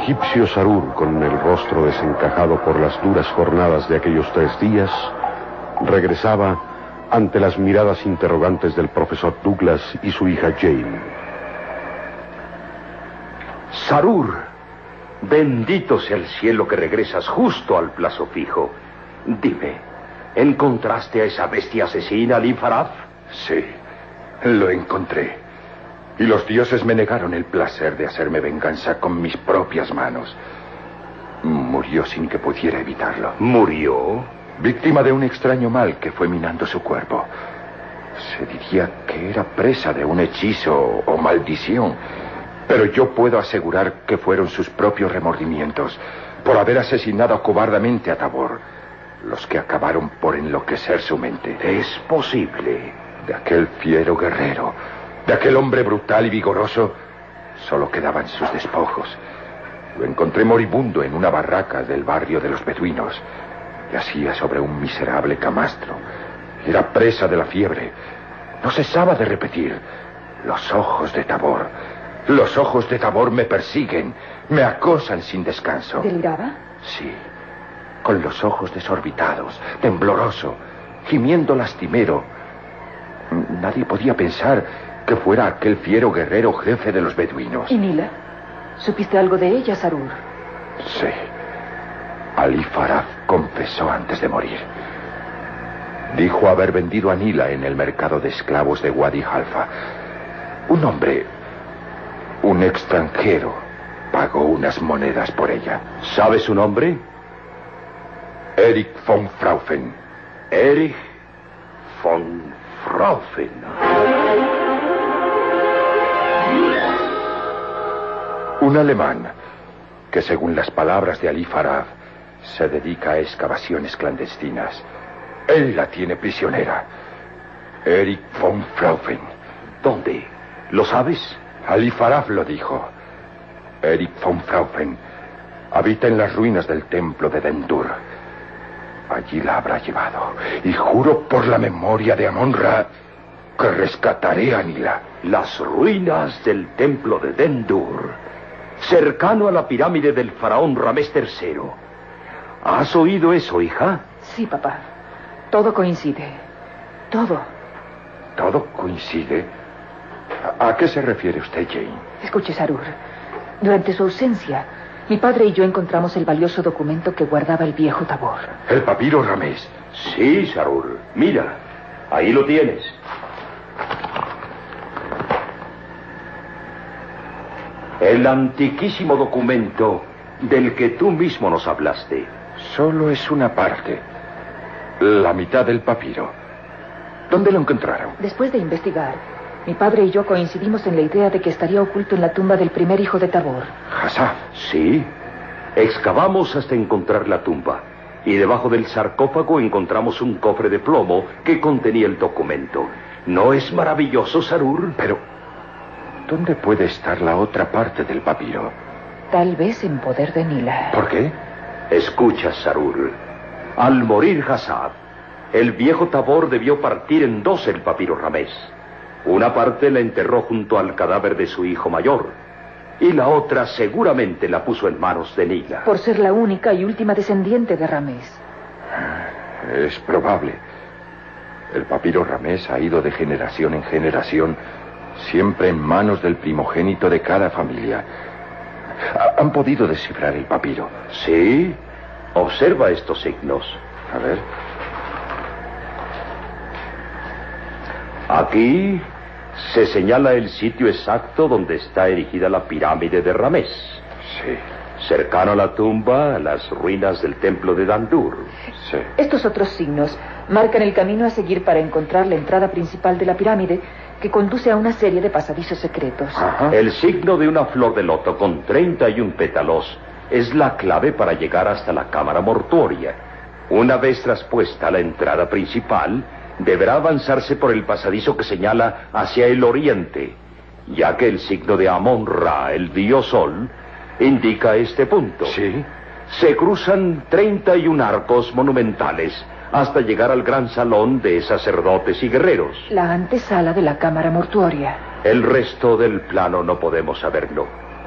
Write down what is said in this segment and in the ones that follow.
egipcio Sarur, con el rostro desencajado por las duras jornadas de aquellos 3 días, regresaba ante las miradas interrogantes del profesor Douglas y su hija Jane. Sarur, bendito sea el cielo que regresas justo al plazo fijo. Dime, ¿encontraste a esa bestia asesina, Ali Faraf? Sí, lo encontré. Y los dioses me negaron el placer de hacerme venganza con mis propias manos. Murió sin que pudiera evitarlo. ¿Murió? Víctima de un extraño mal que fue minando su cuerpo. Se diría que era presa de un hechizo o maldición. Pero yo puedo asegurar que fueron sus propios remordimientos por haber asesinado cobardemente a Tabor los que acabaron por enloquecer su mente. Es posible. De aquel fiero guerrero, de aquel hombre brutal y vigoroso, solo quedaban sus despojos. Lo encontré moribundo en una barraca del barrio de los beduinos. Yacía sobre un miserable camastro. Era presa de la fiebre. No cesaba de repetir: los ojos de Tabor. Los ojos de Tabor me persiguen, me acosan sin descanso. ¿Deliraba? Sí, con los ojos desorbitados, tembloroso, gimiendo lastimero. Nadie podía pensar que fuera aquel fiero guerrero jefe de los beduinos. ¿Y Nila? ¿Supiste algo de ella, Sarur? Sí. Ali Faraf confesó antes de morir. Dijo haber vendido a Nila en el mercado de esclavos de Wadi Halfa. Un hombre, un extranjero, pagó unas monedas por ella. ¿Sabe su nombre? Erich von Fraufen. Erich von Fraufen. Un alemán que, según las palabras de Ali Faraf, se dedica a excavaciones clandestinas. Él la tiene prisionera. Erich von Fraufen. ¿Dónde? ¿Lo sabes? Ali Faraf lo dijo. Erich von Fraufen habita en las ruinas del templo de Dendur. Allí la habrá llevado. Y juro por la memoria de Amon-Ra que rescataré a Nila. Las ruinas del templo de Dendur, cercano a la pirámide del faraón Ramés III. ¿Has oído eso, hija? Sí, papá. Todo coincide. Todo. ¿Todo coincide? ¿A qué se refiere usted, Jane? Escuche, Sarur. Durante su ausencia, mi padre y yo encontramos el valioso documento que guardaba el viejo Tabor. ¿El papiro Ramés? Sí, Sarur. Mira, ahí lo tienes. El antiquísimo documento del que tú mismo nos hablaste. Solo es una parte. La mitad del papiro. ¿Dónde lo encontraron? Después de investigar, mi padre y yo coincidimos en la idea de que estaría oculto en la tumba del primer hijo de Tabor. Hassaf. Sí. Excavamos hasta encontrar la tumba. Y debajo del sarcófago encontramos un cofre de plomo que contenía el documento. ¿No es maravilloso, Sarur? Pero, ¿dónde puede estar la otra parte del papiro? Tal vez en poder de Nila. ¿Por qué? Escucha, Sarur. Al morir Hassaf, el viejo Tabor debió partir en 2 el papiro Ramés. Una parte la enterró junto al cadáver de su hijo mayor, y la otra seguramente la puso en manos de Nila. Por ser la única y última descendiente de Ramés. Es probable. El papiro Ramés ha ido de generación en generación, siempre en manos del primogénito de cada familia. ¿Han podido descifrar el papiro? Sí. Observa estos signos. A ver. Aquí se señala el sitio exacto donde está erigida la pirámide de Ramés. Sí. Cercano a la tumba, a las ruinas del templo de Dendur. Sí. Estos otros signos marcan el camino a seguir para encontrar la entrada principal de la pirámide, que conduce a una serie de pasadizos secretos. Ajá. El signo de una flor de loto con 31 pétalos es la clave para llegar hasta la cámara mortuoria. Una vez traspuesta la entrada principal, deberá avanzarse por el pasadizo que señala hacia el oriente, ya que el signo de Amon-Ra, el dios Sol, indica este punto. Sí. Se cruzan 31 arcos monumentales hasta llegar al gran salón de sacerdotes y guerreros. La antesala de la cámara mortuoria. El resto del plano no podemos saberlo.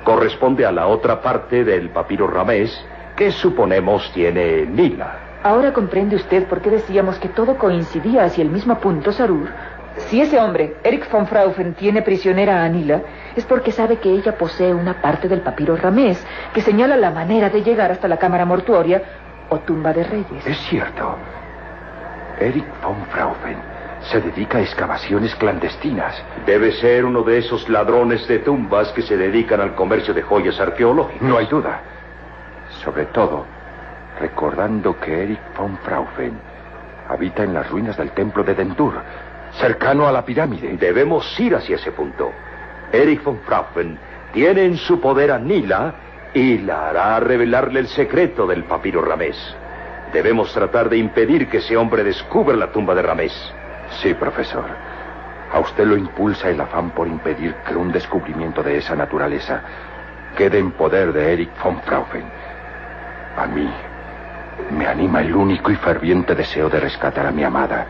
corresponde a la otra parte del papiro Ramés, que suponemos tiene Nila. Ahora comprende usted por qué decíamos que todo coincidía hacia el mismo punto, Sarur. Si ese hombre, Erich von Fraufen, tiene prisionera a Nila, es porque sabe que ella posee una parte del papiro Ramés que señala la manera de llegar hasta la cámara mortuoria o tumba de reyes. Es cierto. Erich von Fraufen se dedica a excavaciones clandestinas. Debe ser uno de esos ladrones de tumbas que se dedican al comercio de joyas arqueológicas. No hay duda. Sobre todo, recordando que Erich von Fraufen habita en las ruinas del templo de Dendur, cercano a la pirámide. Debemos ir hacia ese punto. Erich von Fraufen tiene en su poder a Nila y la hará revelarle el secreto del papiro Ramés. Debemos tratar de impedir que ese hombre descubra la tumba de Ramés. Sí, profesor. A usted lo impulsa el afán por impedir que un descubrimiento de esa naturaleza quede en poder de Erich von Fraufen. A mí me anima el único y ferviente deseo de rescatar a mi amada.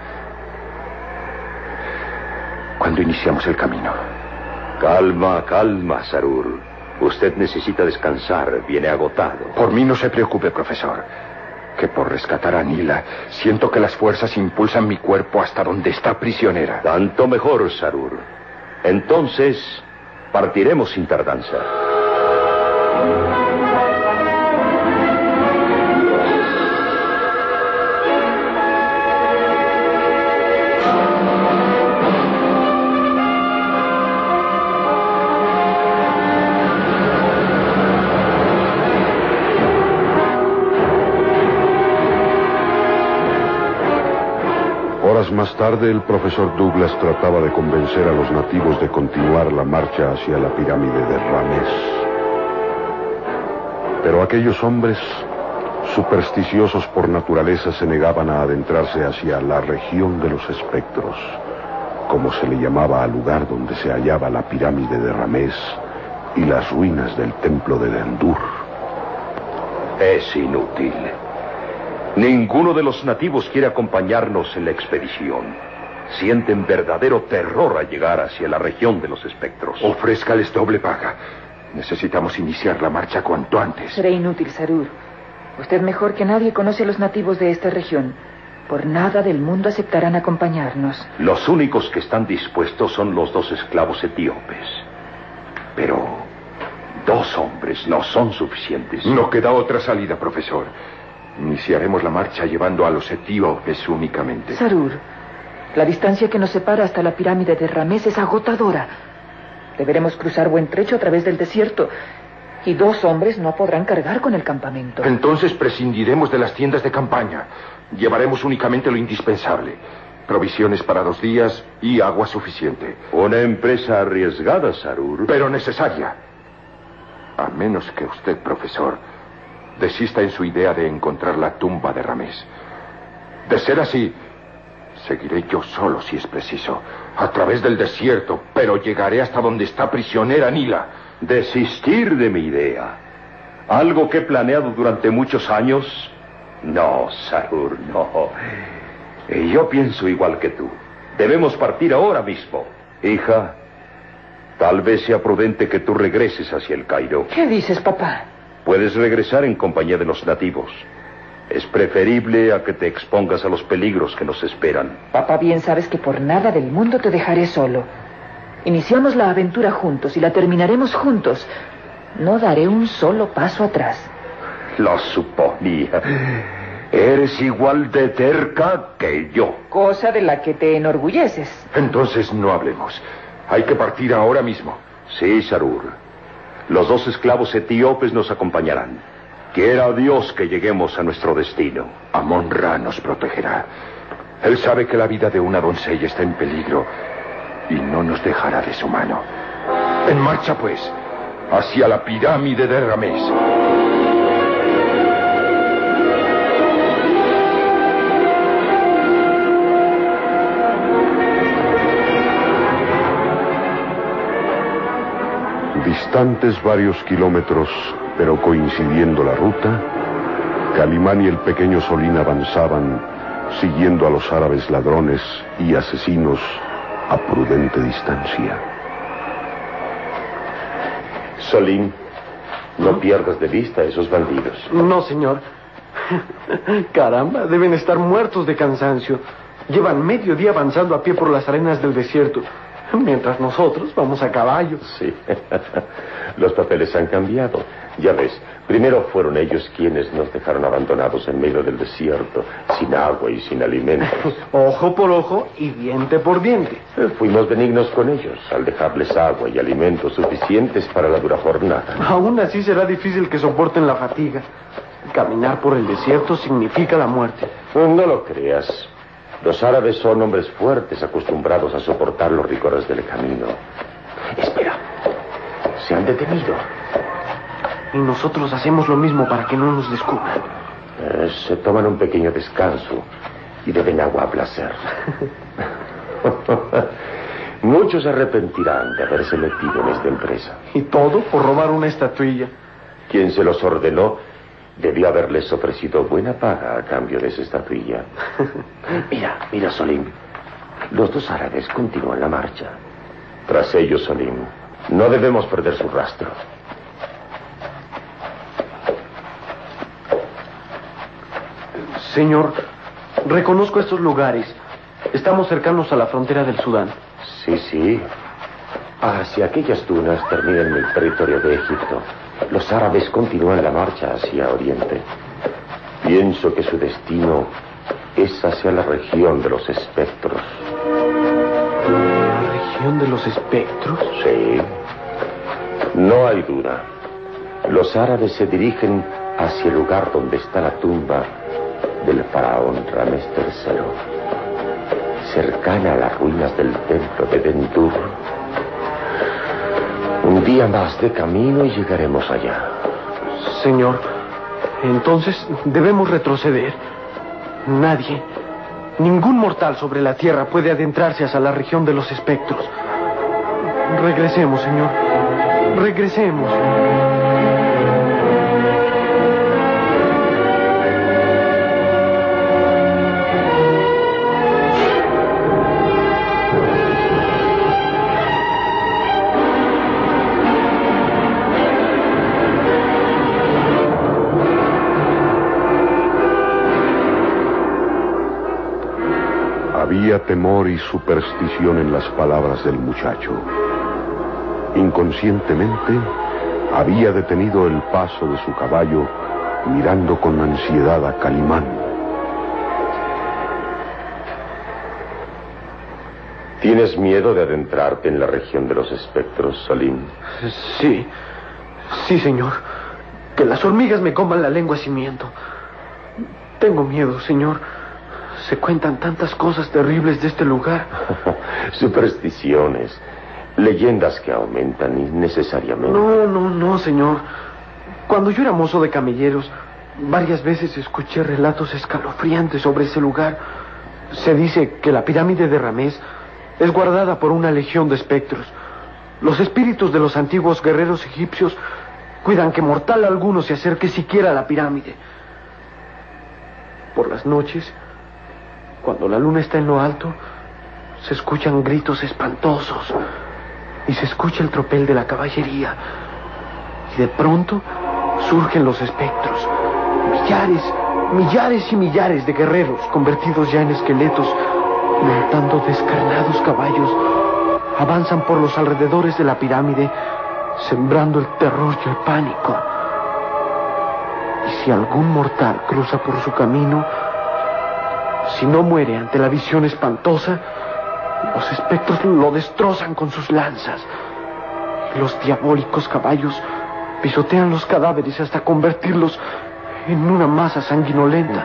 ¿Cuándo iniciamos el camino? Calma, calma, Sarur. Usted necesita descansar, viene agotado. Por mí no se preocupe, profesor. Que por rescatar a Nila, siento que las fuerzas impulsan mi cuerpo hasta donde está prisionera. Tanto mejor, Sarur. Entonces, partiremos sin tardanza. Horas más tarde, el profesor Douglas trataba de convencer a los nativos de continuar la marcha hacia la pirámide de Ramés. Pero aquellos hombres, supersticiosos por naturaleza, se negaban a adentrarse hacia la región de los espectros, como se le llamaba al lugar donde se hallaba la pirámide de Ramés y las ruinas del templo de Dendur. Es inútil. Ninguno de los nativos quiere acompañarnos en la expedición. Sienten verdadero terror al llegar hacia la región de los espectros. Ofrézcales doble paga. Necesitamos iniciar la marcha cuanto antes. Será inútil, Sarur. Usted mejor que nadie conoce a los nativos de esta región. Por nada del mundo aceptarán acompañarnos. Los únicos que están dispuestos son los 2 esclavos etíopes. Pero 2 hombres no son suficientes. No queda otra salida, profesor. Iniciaremos la marcha llevando a los etíopes únicamente. Sarur, la distancia que nos separa hasta la pirámide de Ramés es agotadora. Deberemos cruzar buen trecho a través del desierto y 2 hombres no podrán cargar con el campamento. Entonces prescindiremos de las tiendas de campaña. Llevaremos únicamente lo indispensable. Provisiones para 2 días y agua suficiente. Una empresa arriesgada, Sarur. Pero necesaria. A menos que usted, profesor, desista en su idea de encontrar la tumba de Ramés. De ser así, seguiré yo solo si es preciso, a través del desierto, pero llegaré hasta donde está prisionera Nila. ¿Desistir de mi idea? ¿Algo que he planeado durante muchos años? No, Sarur, no. Yo pienso igual que tú. Debemos partir ahora mismo. Hija, tal vez sea prudente que tú regreses hacia el Cairo. ¿Qué dices, papá? Puedes regresar en compañía de los nativos. Es preferible a que te expongas a los peligros que nos esperan. Papá, bien sabes que por nada del mundo te dejaré solo. Iniciamos la aventura juntos y la terminaremos juntos. No daré un solo paso atrás. Lo suponía. Eres igual de terca que yo. Cosa de la que te enorgulleces. Entonces no hablemos. Hay que partir ahora mismo. Sí, Sarur. Los 2 esclavos etíopes nos acompañarán. Quiera Dios que lleguemos a nuestro destino. Amon-Ra nos protegerá. Él sabe que la vida de una doncella está en peligro y no nos dejará de su mano. En marcha, pues, hacia la pirámide de Ramés. Distantes varios kilómetros, pero coincidiendo la ruta, Calimán y el pequeño Solín avanzaban, siguiendo a los árabes ladrones y asesinos a prudente distancia. Solín, No pierdas de vista a esos bandidos. No, señor. Caramba, deben estar muertos de cansancio. Llevan medio día avanzando a pie por las arenas del desierto, mientras nosotros vamos a caballo. Sí. Los papeles han cambiado. Ya ves, primero fueron ellos quienes nos dejaron abandonados en medio del desierto, sin agua y sin alimentos. Ojo por ojo y diente por diente. Fuimos benignos con ellos al dejarles agua y alimentos suficientes para la dura jornada. Aún así será difícil que soporten la fatiga. Caminar por el desierto significa la muerte. No lo creas. Los árabes son hombres fuertes, acostumbrados a soportar los rigores del camino. Espera. Se han detenido. Y nosotros hacemos lo mismo para que no nos descubran. Se toman un pequeño descanso y beben agua a placer. Muchos se arrepentirán de haberse metido en esta empresa. Y todo por robar una estatuilla. Quien se los ordenó debió haberles ofrecido buena paga a cambio de esa estatuilla. Mira, Solim. Los dos árabes continúan la marcha. Tras ellos, Solim. No debemos perder su rastro. Señor, reconozco estos lugares. Estamos cercanos a la frontera del Sudán. Sí. Hacia aquellas dunas terminan el territorio de Egipto. Los árabes continúan la marcha hacia Oriente. Pienso que su destino es hacia la región de los espectros. ¿La región de los espectros? Sí. No hay duda. Los árabes se dirigen hacia el lugar donde está la tumba del faraón Ramés III, cercana a las ruinas del templo de Dendur. Un día más de camino y llegaremos allá. Señor, entonces debemos retroceder. Nadie, ningún mortal sobre la tierra puede adentrarse hacia la región de los espectros. Regresemos, señor. Regresemos. Había temor y superstición en las palabras del muchacho. Inconscientemente, había detenido el paso de su caballo, mirando con ansiedad a Calimán. ¿Tienes miedo de adentrarte en la región de los espectros, Salim? Sí, señor. Que las hormigas me coman la lengua sin miento. Tengo miedo, señor. Se cuentan tantas cosas terribles de este lugar. Supersticiones, leyendas que aumentan innecesariamente. No, señor. Cuando yo era mozo de camelleros, varias veces escuché relatos escalofriantes sobre ese lugar. Se dice que la pirámide de Ramés es guardada por una legión de espectros. Los espíritus de los antiguos guerreros egipcios cuidan que mortal alguno se acerque siquiera a la pirámide. Por las noches, cuando la luna está en lo alto, se escuchan gritos espantosos y se escucha el tropel de la caballería. Y de pronto surgen los espectros. Millares y millares de guerreros convertidos ya en esqueletos, montando descarnados caballos, avanzan por los alrededores de la pirámide, sembrando el terror y el pánico. Y si algún mortal cruza por su camino, si no muere ante la visión espantosa, los espectros lo destrozan con sus lanzas. Y los diabólicos caballos pisotean los cadáveres hasta convertirlos en una masa sanguinolenta.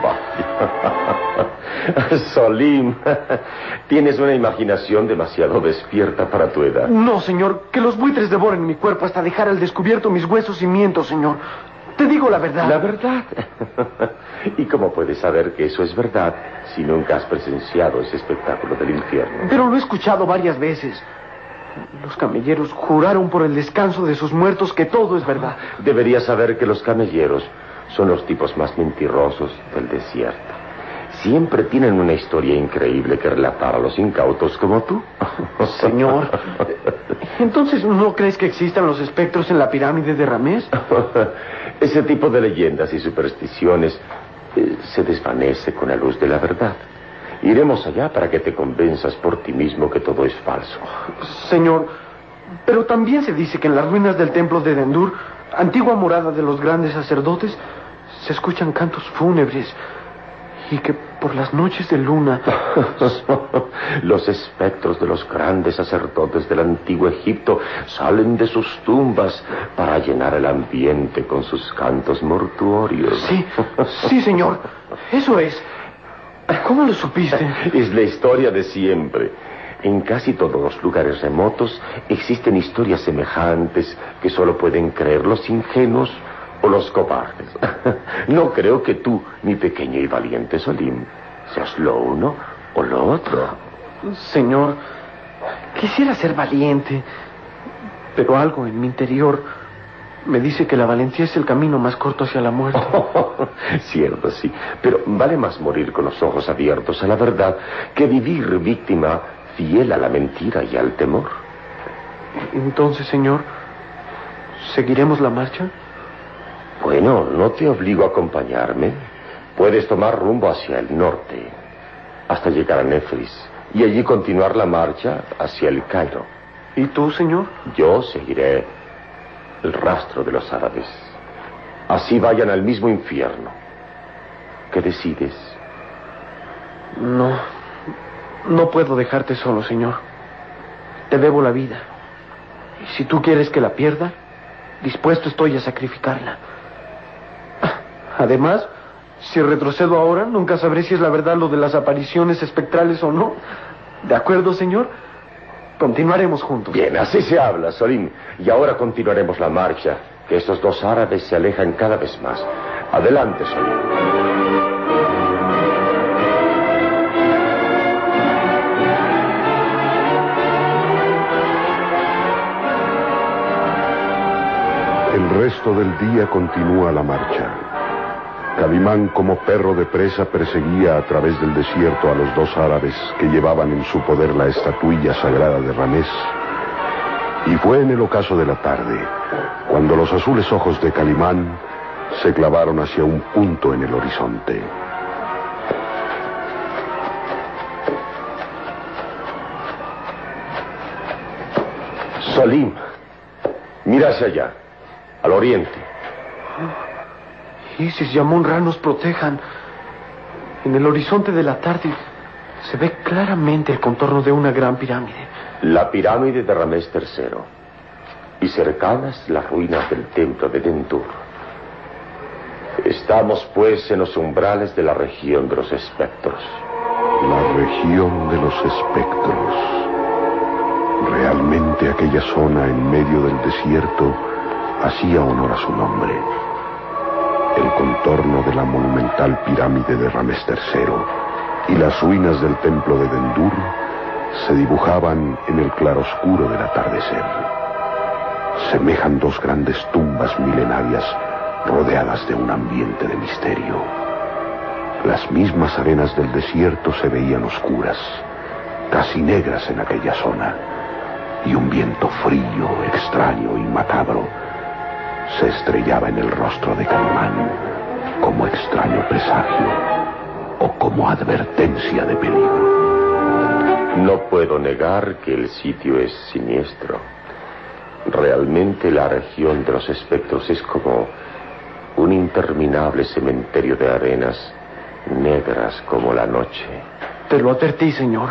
Solim, tienes una imaginación demasiado despierta para tu edad. No, señor, que los buitres devoren mi cuerpo hasta dejar al descubierto mis huesos y mientos, señor. Te digo la verdad. ¿La verdad? ¿Y cómo puedes saber que eso es verdad si nunca has presenciado ese espectáculo del infierno? Pero lo he escuchado varias veces. Los camelleros juraron por el descanso de sus muertos que todo es verdad. Deberías saber que los camelleros son los tipos más mentirosos del desierto. siempre tienen una historia increíble que relatar a los incautos como tú. Señor, ¿entonces no crees que existan los espectros en la pirámide de Ramés? Ese tipo de leyendas y supersticiones se desvanece con la luz de la verdad. Iremos allá para que te convenzas por ti mismo que todo es falso. Señor, pero también se dice que en las ruinas del templo de Dendur, antigua morada de los grandes sacerdotes, se escuchan cantos fúnebres y que por las noches de luna... Los espectros de los grandes sacerdotes del antiguo Egipto salen de sus tumbas para llenar el ambiente con sus cantos mortuorios. Sí, señor, eso es. ¿Cómo lo supiste? Es la historia de siempre. En casi todos los lugares remotos existen historias semejantes que solo pueden creer los ingenuos o los cobardes. No creo que tú, mi pequeño y valiente Solim, seas lo uno o lo otro. Señor, quisiera ser valiente, pero algo en mi interior me dice que la valentía es el camino más corto hacia la muerte. Cierto, sí. Pero vale más morir con los ojos abiertos a la verdad que vivir víctima fiel a la mentira y al temor. Entonces, señor, ¿seguiremos la marcha? Bueno, no te obligo a acompañarme. Puedes tomar rumbo hacia el norte, hasta llegar a Néfris, y allí continuar la marcha hacia el Cairo. ¿Y tú, señor? Yo seguiré el rastro de los árabes. Así vayan al mismo infierno. ¿Qué decides? No puedo dejarte solo, señor. Te debo la vida. Y si tú quieres que la pierda, dispuesto estoy a sacrificarla. Además, si retrocedo ahora, nunca sabré si es la verdad lo de las apariciones espectrales o no. ¿De acuerdo, señor? Continuaremos juntos. Bien, así se habla, Solim. Y ahora continuaremos la marcha, que estos dos árabes se alejan cada vez más. Adelante, Solim. El resto del día continúa la marcha. Calimán, como perro de presa, perseguía a través del desierto a los dos árabes que llevaban en su poder la estatuilla sagrada de Ramés. Y fue en el ocaso de la tarde, cuando los azules ojos de Calimán se clavaron hacia un punto en el horizonte. Solim, mira hacia allá, al oriente. Isis y Amon-Ra nos protejan. En el horizonte de la tarde se ve claramente el contorno de una gran pirámide. La pirámide de Ramés III. Y cercanas las ruinas del templo de Dendur. Estamos, pues, en los umbrales de la región de los espectros. La región de los espectros. Realmente aquella zona en medio del desierto hacía honor a su nombre. El contorno de la monumental pirámide de Ramés III y las ruinas del templo de Dendur se dibujaban en el claroscuro del atardecer. Semejan dos grandes tumbas milenarias rodeadas de un ambiente de misterio. Las mismas arenas del desierto se veían oscuras, casi negras en aquella zona, y un viento frío, extraño y macabro se estrellaba en el rostro de Calimán como extraño presagio o como advertencia de peligro. No puedo negar que el sitio es siniestro. Realmente la región de los espectros es como un interminable cementerio de arenas negras como la noche. Te lo advertí, señor.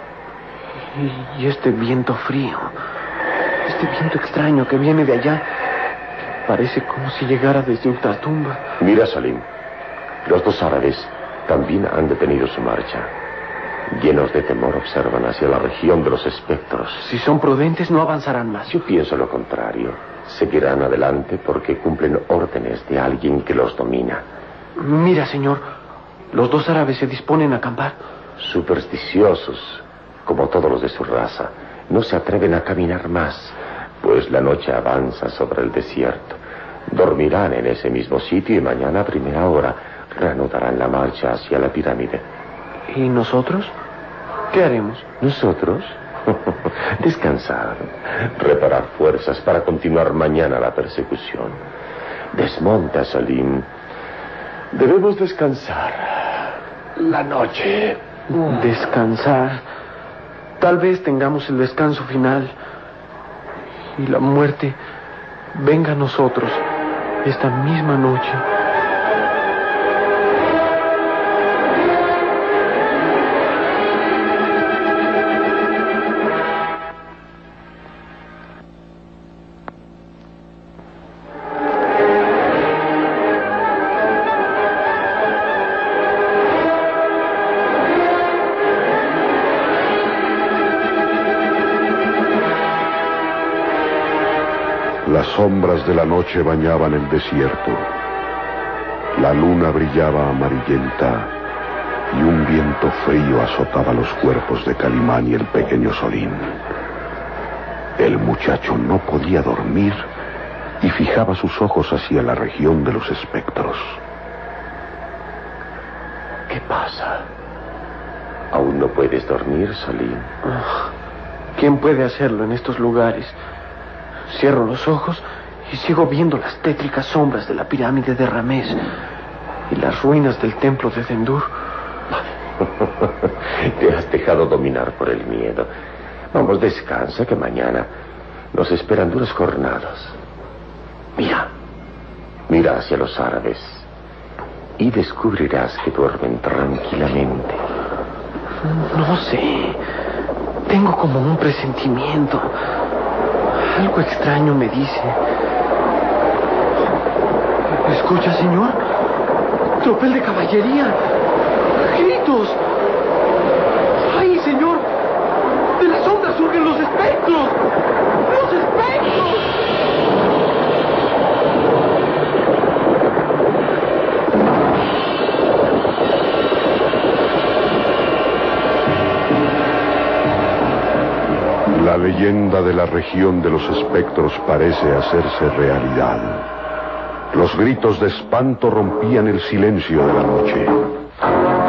Y este viento frío, este viento extraño que viene de allá, parece como si llegara desde ultratumba. Mira, Salim, los dos árabes también han detenido su marcha. Llenos de temor observan hacia la región de los espectros. Si son prudentes, no avanzarán más. Yo pienso lo contrario. Seguirán adelante porque cumplen órdenes de alguien que los domina. Mira, señor, los dos árabes se disponen a acampar. Supersticiosos, como todos los de su raza, no se atreven a caminar más, pues la noche avanza sobre el desierto. Dormirán en ese mismo sitio y mañana a primera hora reanudarán la marcha hacia la pirámide. ¿Y nosotros? ¿Qué haremos? ¿Nosotros? Descansar, reparar fuerzas para continuar mañana la persecución. Desmonta, Salim. Debemos descansar. La noche. Descansar. Tal vez tengamos el descanso final. Y la muerte venga a nosotros esta misma noche. Las sombras de la noche bañaban el desierto. La luna brillaba amarillenta y un viento frío azotaba los cuerpos de Calimán y el pequeño Solín. El muchacho no podía dormir y fijaba sus ojos hacia la región de los espectros. ¿Qué pasa? ¿Aún no puedes dormir, Salim? ¿Quién puede hacerlo en estos lugares? Cierro los ojos y sigo viendo las tétricas sombras de la pirámide de Ramés y las ruinas del templo de Dendur. Te has dejado dominar por el miedo. Vamos, descansa, que mañana nos esperan duras jornadas. Mira hacia los árabes y descubrirás que duermen tranquilamente. No sé, tengo como un presentimiento. Algo extraño me dice. ¿Escucha, señor? Tropel de caballería. ¡Gritos! ¡Ay, señor! ¡De las sombras surgen los espectros! ¡Los espectros! La leyenda de la región de los espectros parece hacerse realidad. Los gritos de espanto rompían el silencio de la noche.